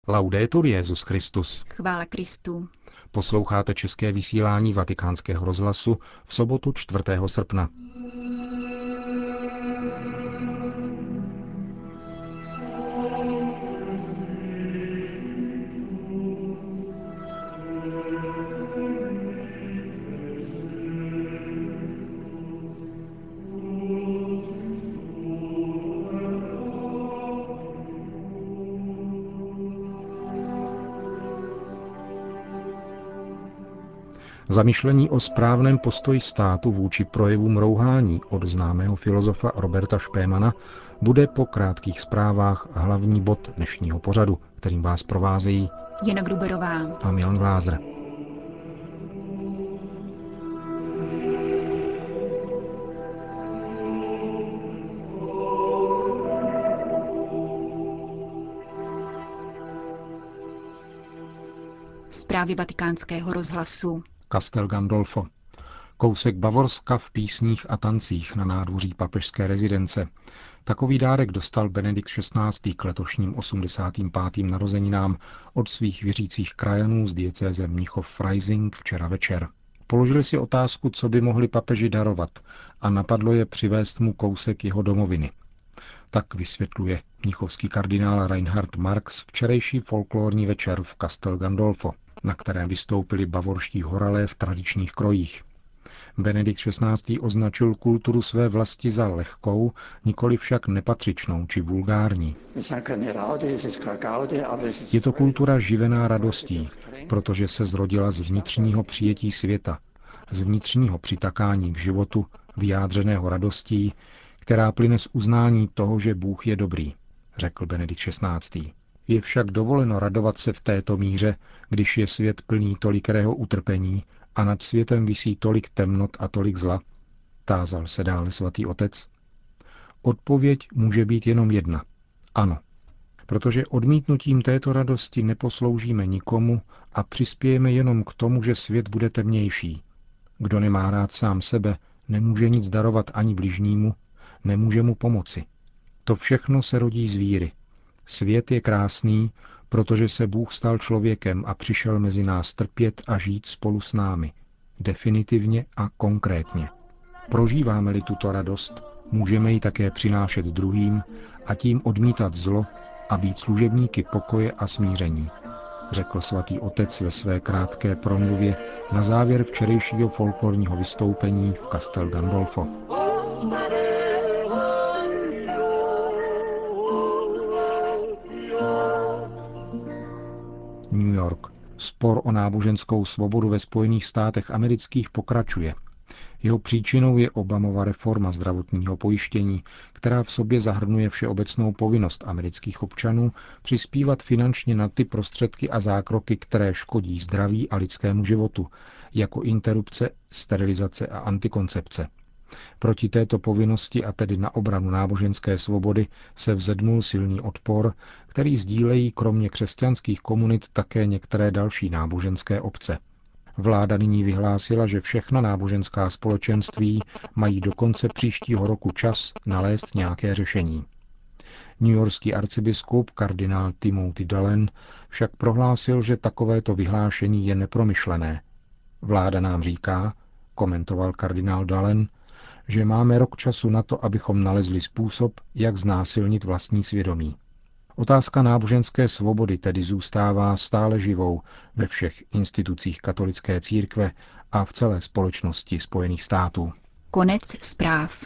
Laudetur Jesus Christus. Chvála Kristu. Posloucháte české vysílání Vatikánského rozhlasu v sobotu 4. srpna. Zamyšlení o správném postoji státu vůči projevům rouhání od známého filozofa Roberta Špémana bude po krátkých zprávách hlavní bod dnešního pořadu, kterým vás provázejí Jana Gruberová a Milan Glázer. Zprávy Vatikánského rozhlasu. Castel Gandolfo. Kousek Bavorska v písních a tancích na nádvoří papežské rezidence. Takový dárek dostal Benedikt XVI. K letošním 85. narozeninám od svých věřících krajanů z diecéze Mnichov-Freising včera večer. Položili si otázku, co by mohli papeži darovat, a napadlo je přivést mu kousek jeho domoviny. Tak vysvětluje mnichovský kardinál Reinhard Marx včerejší folklorní večer v Castel Gandolfo, na kterém vystoupili bavorští horalé v tradičních krojích. Benedikt XVI. Označil kulturu své vlasti za lehkou, nikoli však nepatřičnou či vulgární. Je to kultura živená radostí, protože se zrodila z vnitřního přijetí světa, z vnitřního přitakání k životu, vyjádřeného radostí, která plyne z uznání toho, že Bůh je dobrý, řekl Benedikt XVI. Je však dovoleno radovat se v této míře, když je svět plný tolikerého utrpení a nad světem visí tolik temnot a tolik zla? Tázal se dále svatý otec. Odpověď může být jenom jedna. Ano. Protože odmítnutím této radosti neposloužíme nikomu a přispějeme jenom k tomu, že svět bude temnější. Kdo nemá rád sám sebe, nemůže nic darovat ani bližnímu, nemůže mu pomoci. To všechno se rodí z víry. Svět je krásný, protože se Bůh stal člověkem a přišel mezi nás trpět a žít spolu s námi. Definitivně a konkrétně. Prožíváme-li tuto radost, můžeme ji také přinášet druhým a tím odmítat zlo a být služebníky pokoje a smíření, řekl svatý otec ve své krátké promluvě na závěr včerejšího folklorního vystoupení v Castel Gandolfo. New York. Spor o náboženskou svobodu ve Spojených státech amerických pokračuje. Jeho příčinou je Obamova reforma zdravotního pojištění, která v sobě zahrnuje všeobecnou povinnost amerických občanů přispívat finančně na ty prostředky a zákroky, které škodí zdraví a lidskému životu, jako interrupce, sterilizace a antikoncepce. Proti této povinnosti a tedy na obranu náboženské svobody se vzedmul silný odpor, který sdílejí kromě křesťanských komunit také některé další náboženské obce. Vláda nyní vyhlásila, že všechna náboženská společenství mají do konce příštího roku čas nalézt nějaké řešení. Newyorský arcibiskup kardinál Timothy Dallen však prohlásil, že takovéto vyhlášení je nepromyšlené. Vláda nám říká, komentoval kardinál Dallen, že máme rok času na to, abychom nalezli způsob, jak znásilnit vlastní svědomí. Otázka náboženské svobody tedy zůstává stále živou ve všech institucích katolické církve a v celé společnosti Spojených států. Konec zpráv.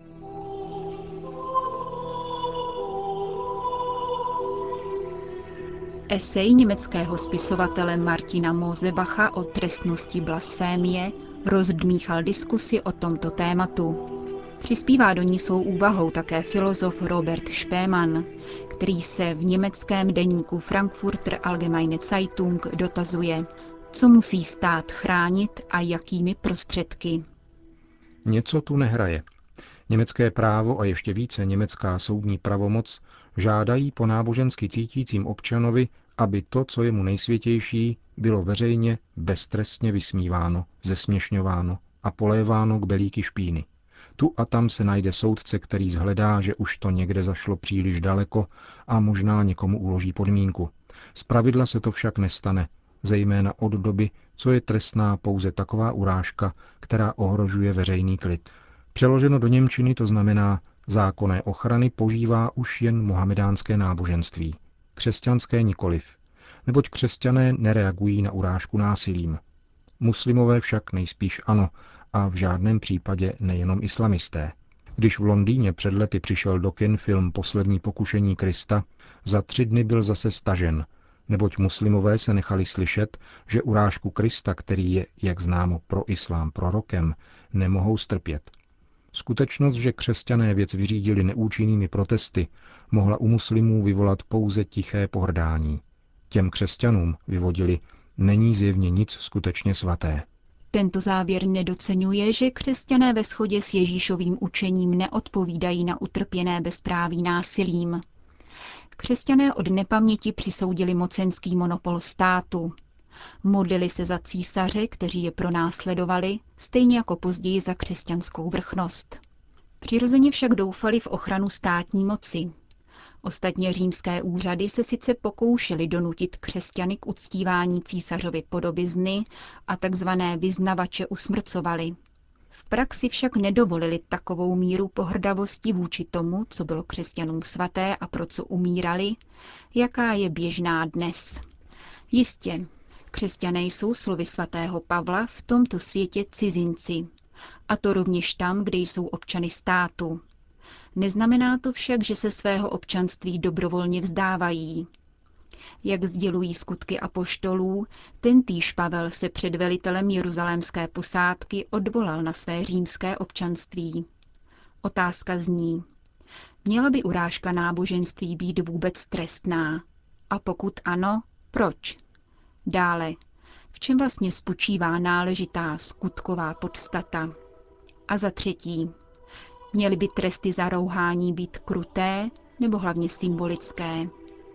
Esej německého spisovatele Martina Mosebacha o trestnosti blasfémie rozdmíchal diskusi o tomto tématu. Přispívá do ní svou úvahou také filozof Robert Špéman, který se v německém deníku Frankfurter Allgemeine Zeitung dotazuje, co musí stát chránit a jakými prostředky. Něco tu nehraje. Německé právo a ještě více německá soudní pravomoc žádají po nábožensky cítícím občanovi, aby to, co je mu nejsvětější, bylo veřejně beztrestně vysmíváno, zesměšňováno a poléváno k belíky špíny. Tu a tam se najde soudce, který zhledá, že už to někde zašlo příliš daleko a možná někomu uloží podmínku. Zpravidla se to však nestane, zejména od doby, co je trestná pouze taková urážka, která ohrožuje veřejný klid. Přeloženo do němčiny to znamená, zákonné ochrany požívá už jen mohamedánské náboženství, křesťanské nikoliv, neboť křesťané nereagují na urážku násilím. Muslimové však nejspíš ano, a v žádném případě nejenom islamisté. Když v Londýně před lety přišel do kin film Poslední pokušení Krista, za 3 dny byl zase stažen, neboť muslimové se nechali slyšet, že urážku Krista, který je, jak známo, pro islám prorokem, nemohou strpět. Skutečnost, že křesťané věc vyřídili neúčinnými protesty, mohla u muslimů vyvolat pouze tiché pohrdání. Těm křesťanům vyvodili, není zjevně nic skutečně svaté. Tento závěr nedoceňuje, že křesťané ve shodě s Ježíšovým učením neodpovídají na utrpěné bezpráví násilím. Křesťané od nepaměti přisoudili mocenský monopol státu. Modlili se za císaře, kteří je pronásledovali, stejně jako později za křesťanskou vrchnost. Přirozeně však doufali v ochranu státní moci. Ostatně římské úřady se sice pokoušely donutit křesťany k uctívání císařovy podobizny a takzvané vyznavače usmrcovali. V praxi však nedovolili takovou míru pohrdavosti vůči tomu, co bylo křesťanům svaté a pro co umírali, jaká je běžná dnes. Jistě, křesťané jsou slovy svatého Pavla v tomto světě cizinci, a to rovněž tam, kde jsou občany státu. Neznamená to však, že se svého občanství dobrovolně vzdávají. Jak sdělují skutky apoštolů, tentýž Pavel se před velitelem jeruzalémské posádky odvolal na své římské občanství. Otázka zní, měla by urážka náboženství být vůbec trestná? A pokud ano, proč? Dále, v čem vlastně spočívá náležitá skutková podstata? A za třetí, měly by tresty za rouhání být kruté nebo hlavně symbolické?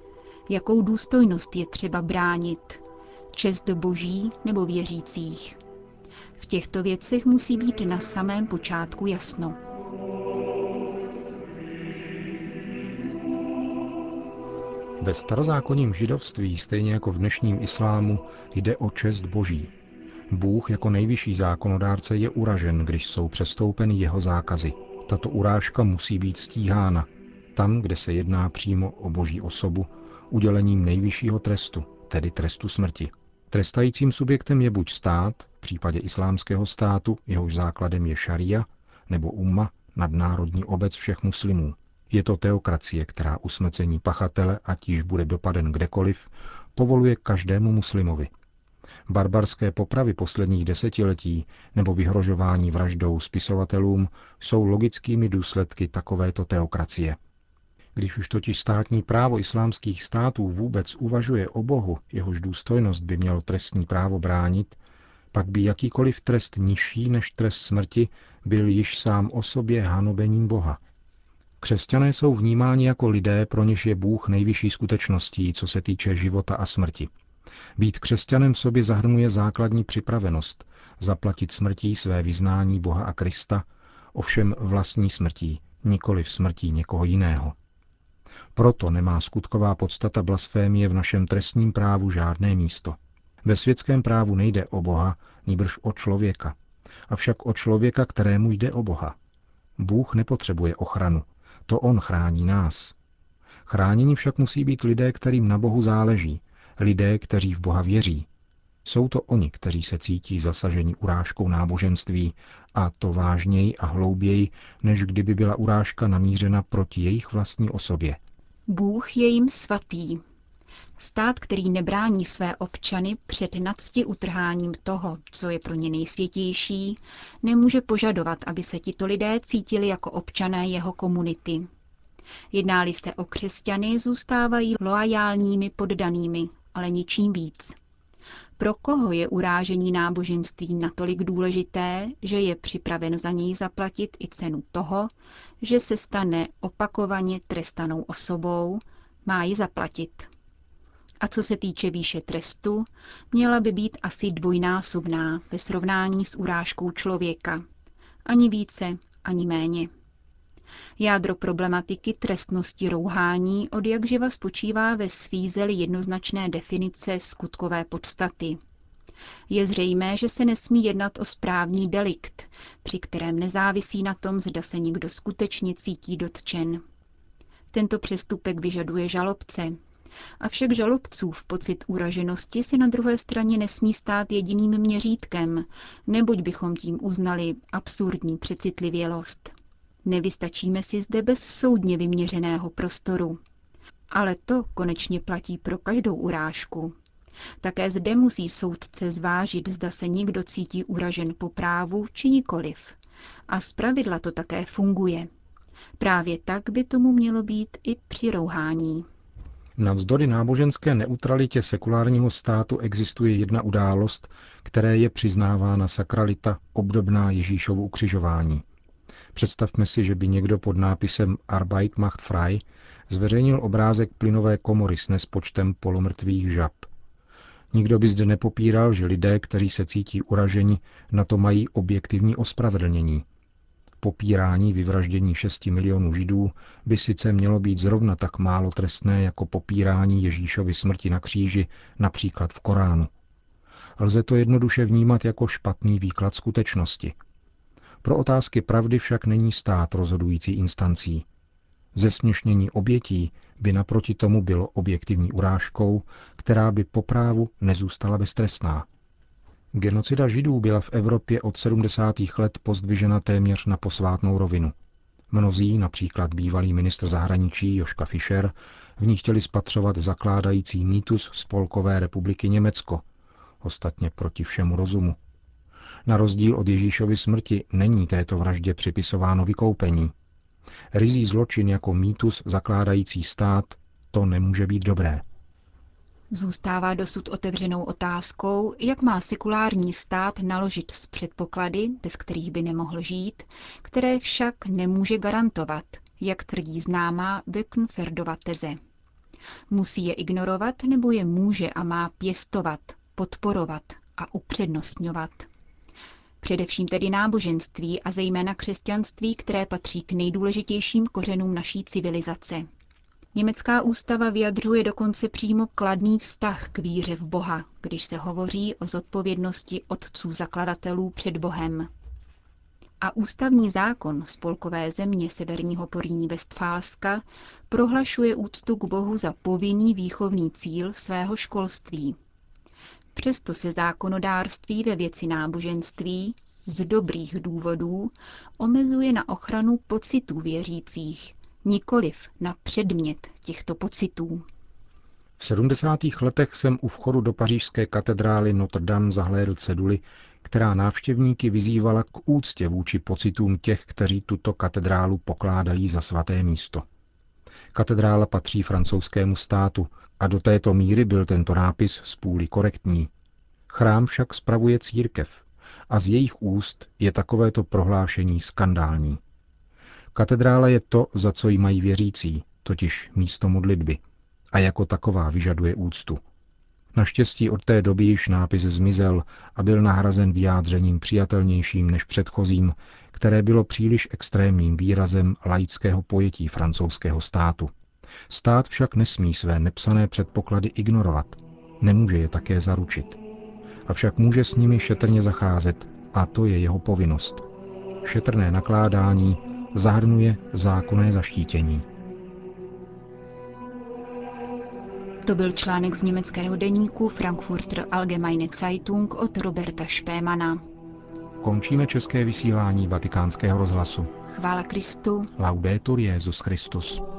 Jakou důstojnost je třeba bránit? Čest Boží nebo věřících? V těchto věcech musí být na samém počátku jasno. Ve starozákonním židovství, stejně jako v dnešním islámu, jde o čest Boží. Bůh jako nejvyšší zákonodárce je uražen, když jsou přestoupeny jeho zákazy. Tato urážka musí být stíhána. Tam, kde se jedná přímo o Boží osobu, udělením nejvyššího trestu, tedy trestu smrti. Trestajícím subjektem je buď stát, v případě islámského státu, jehož základem je šaria, nebo umma, nadnárodní obec všech muslimů. Je to teokracie, která usmrcení pachatele, ať již bude dopaden kdekoliv, povoluje každému muslimovi. Barbarské popravy posledních desetiletí nebo vyhrožování vraždou spisovatelům jsou logickými důsledky takovéto teokracie. Když už totiž státní právo islámských států vůbec uvažuje o Bohu, jehož důstojnost by mělo trestní právo bránit, pak by jakýkoliv trest nižší než trest smrti byl již sám o sobě hanobením Boha. Křesťané jsou vnímáni jako lidé, pro něž je Bůh nejvyšší skutečností, co se týče života a smrti. Být křesťanem v sobě zahrnuje základní připravenost zaplatit smrtí své vyznání Boha a Krista, ovšem vlastní smrtí, nikoliv smrtí někoho jiného. Proto nemá skutková podstata blasfémie v našem trestním právu žádné místo. Ve světském právu nejde o Boha, nýbrž o člověka, avšak o člověka, kterému jde o Boha. Bůh nepotřebuje ochranu, to on chrání nás. Chráněni však musí být lidé, kterým na Bohu záleží, lidé, kteří v Boha věří. Jsou to oni, kteří se cítí zasaženi urážkou náboženství, a to vážněji a hlouběji, než kdyby byla urážka namířena proti jejich vlastní osobě. Bůh je jim svatý. Stát, který nebrání své občany před nadsti utrháním toho, co je pro ně nejsvětější, nemůže požadovat, aby se tito lidé cítili jako občané jeho komunity. Jedná-li se o křesťany, zůstávají loajálními poddanými, ale ničím víc. Pro koho je urážení náboženství natolik důležité, že je připraven za něj zaplatit i cenu toho, že se stane opakovaně trestanou osobou, má ji zaplatit. A co se týče výše trestu, měla by být asi dvojnásobná ve srovnání s urážkou člověka. Ani více, ani méně. Jádro problematiky trestnosti rouhání odjakživa spočívá ve svízeli jednoznačné definice skutkové podstaty. Je zřejmé, že se nesmí jednat o správní delikt, při kterém nezávisí na tom, zda se někdo skutečně cítí dotčen. Tento přestupek vyžaduje žalobce. Avšak žalobcův pocit uraženosti se na druhé straně nesmí stát jediným měřítkem, neboť bychom tím uznali absurdní přecitlivělost. Nevystačíme si zde bez soudně vyměřeného prostoru. Ale to konečně platí pro každou urážku. Také zde musí soudce zvážit, zda se někdo cítí uražen po právu či nikoliv. A zpravidla to také funguje. Právě tak by tomu mělo být i při rouhání. Navzdory náboženské neutralitě sekulárního státu existuje jedna událost, které je přiznávána sakralita obdobná Ježíšovu ukřižování. Představme si, že by někdo pod nápisem Arbeit macht frei zveřejnil obrázek plynové komory s nespočtem polomrtvých žab. Nikdo by zde nepopíral, že lidé, kteří se cítí uraženi, na to mají objektivní ospravedlnění. Popírání vyvraždění 6 milionů Židů by sice mělo být zrovna tak málo trestné jako popírání Ježíšovy smrti na kříži, například v Koránu. Lze to jednoduše vnímat jako špatný výklad skutečnosti. Pro otázky pravdy však není stát rozhodující instancí. Zesměšnění obětí by naproti tomu bylo objektivní urážkou, která by po právu nezůstala beztrestná. Genocida Židů byla v Evropě od 70. let pozdvižena téměř na posvátnou rovinu. Mnozí, například bývalý ministr zahraničí Joschka Fischer, v ní chtěli spatřovat zakládající mýtus Spolkové republiky Německo, ostatně proti všemu rozumu. Na rozdíl od Ježíšovy smrti není této vraždě připisováno vykoupení. Ryzí zločin jako mýtus zakládající stát, to nemůže být dobré. Zůstává dosud otevřenou otázkou, jak má sekulární stát naložit s předpoklady, bez kterých by nemohl žít, které však nemůže garantovat, jak tvrdí známá Böckenferdova teze. Musí je ignorovat, nebo je může a má pěstovat, podporovat a upřednostňovat. Především tedy náboženství a zejména křesťanství, které patří k nejdůležitějším kořenům naší civilizace. Německá ústava vyjadřuje dokonce přímo kladný vztah k víře v Boha, když se hovoří o zodpovědnosti otců zakladatelů před Bohem. A ústavní zákon spolkové země Severního Porýní-Vestfálska prohlašuje úctu k Bohu za povinný výchovný cíl svého školství. Přesto se zákonodárství ve věci náboženství z dobrých důvodů omezuje na ochranu pocitů věřících, nikoliv na předmět těchto pocitů. V 70. letech jsem u vchodu do pařížské katedrály Notre Dame zahlédl ceduli, která návštěvníky vyzývala k úctě vůči pocitům těch, kteří tuto katedrálu pokládají za svaté místo. Katedrála patří francouzskému státu a do této míry byl tento nápis způli korektní. Chrám však spravuje církev a z jejich úst je takovéto prohlášení skandální. Katedrála je to, za co jí mají věřící, totiž místo modlitby, a jako taková vyžaduje úctu. Naštěstí od té doby již nápis zmizel a byl nahrazen vyjádřením přijatelnějším než předchozím, které bylo příliš extrémním výrazem laického pojetí francouzského státu. Stát však nesmí své nepsané předpoklady ignorovat, nemůže je také zaručit. Avšak může s nimi šetrně zacházet a to je jeho povinnost. Šetrné nakládání zahrnuje zákonné zaštítění. To byl článek z německého deníku Frankfurter Allgemeine Zeitung od Roberta Špémana. Končíme české vysílání Vatikánského rozhlasu. Chvála Kristu. Laudetur Jesus Christus.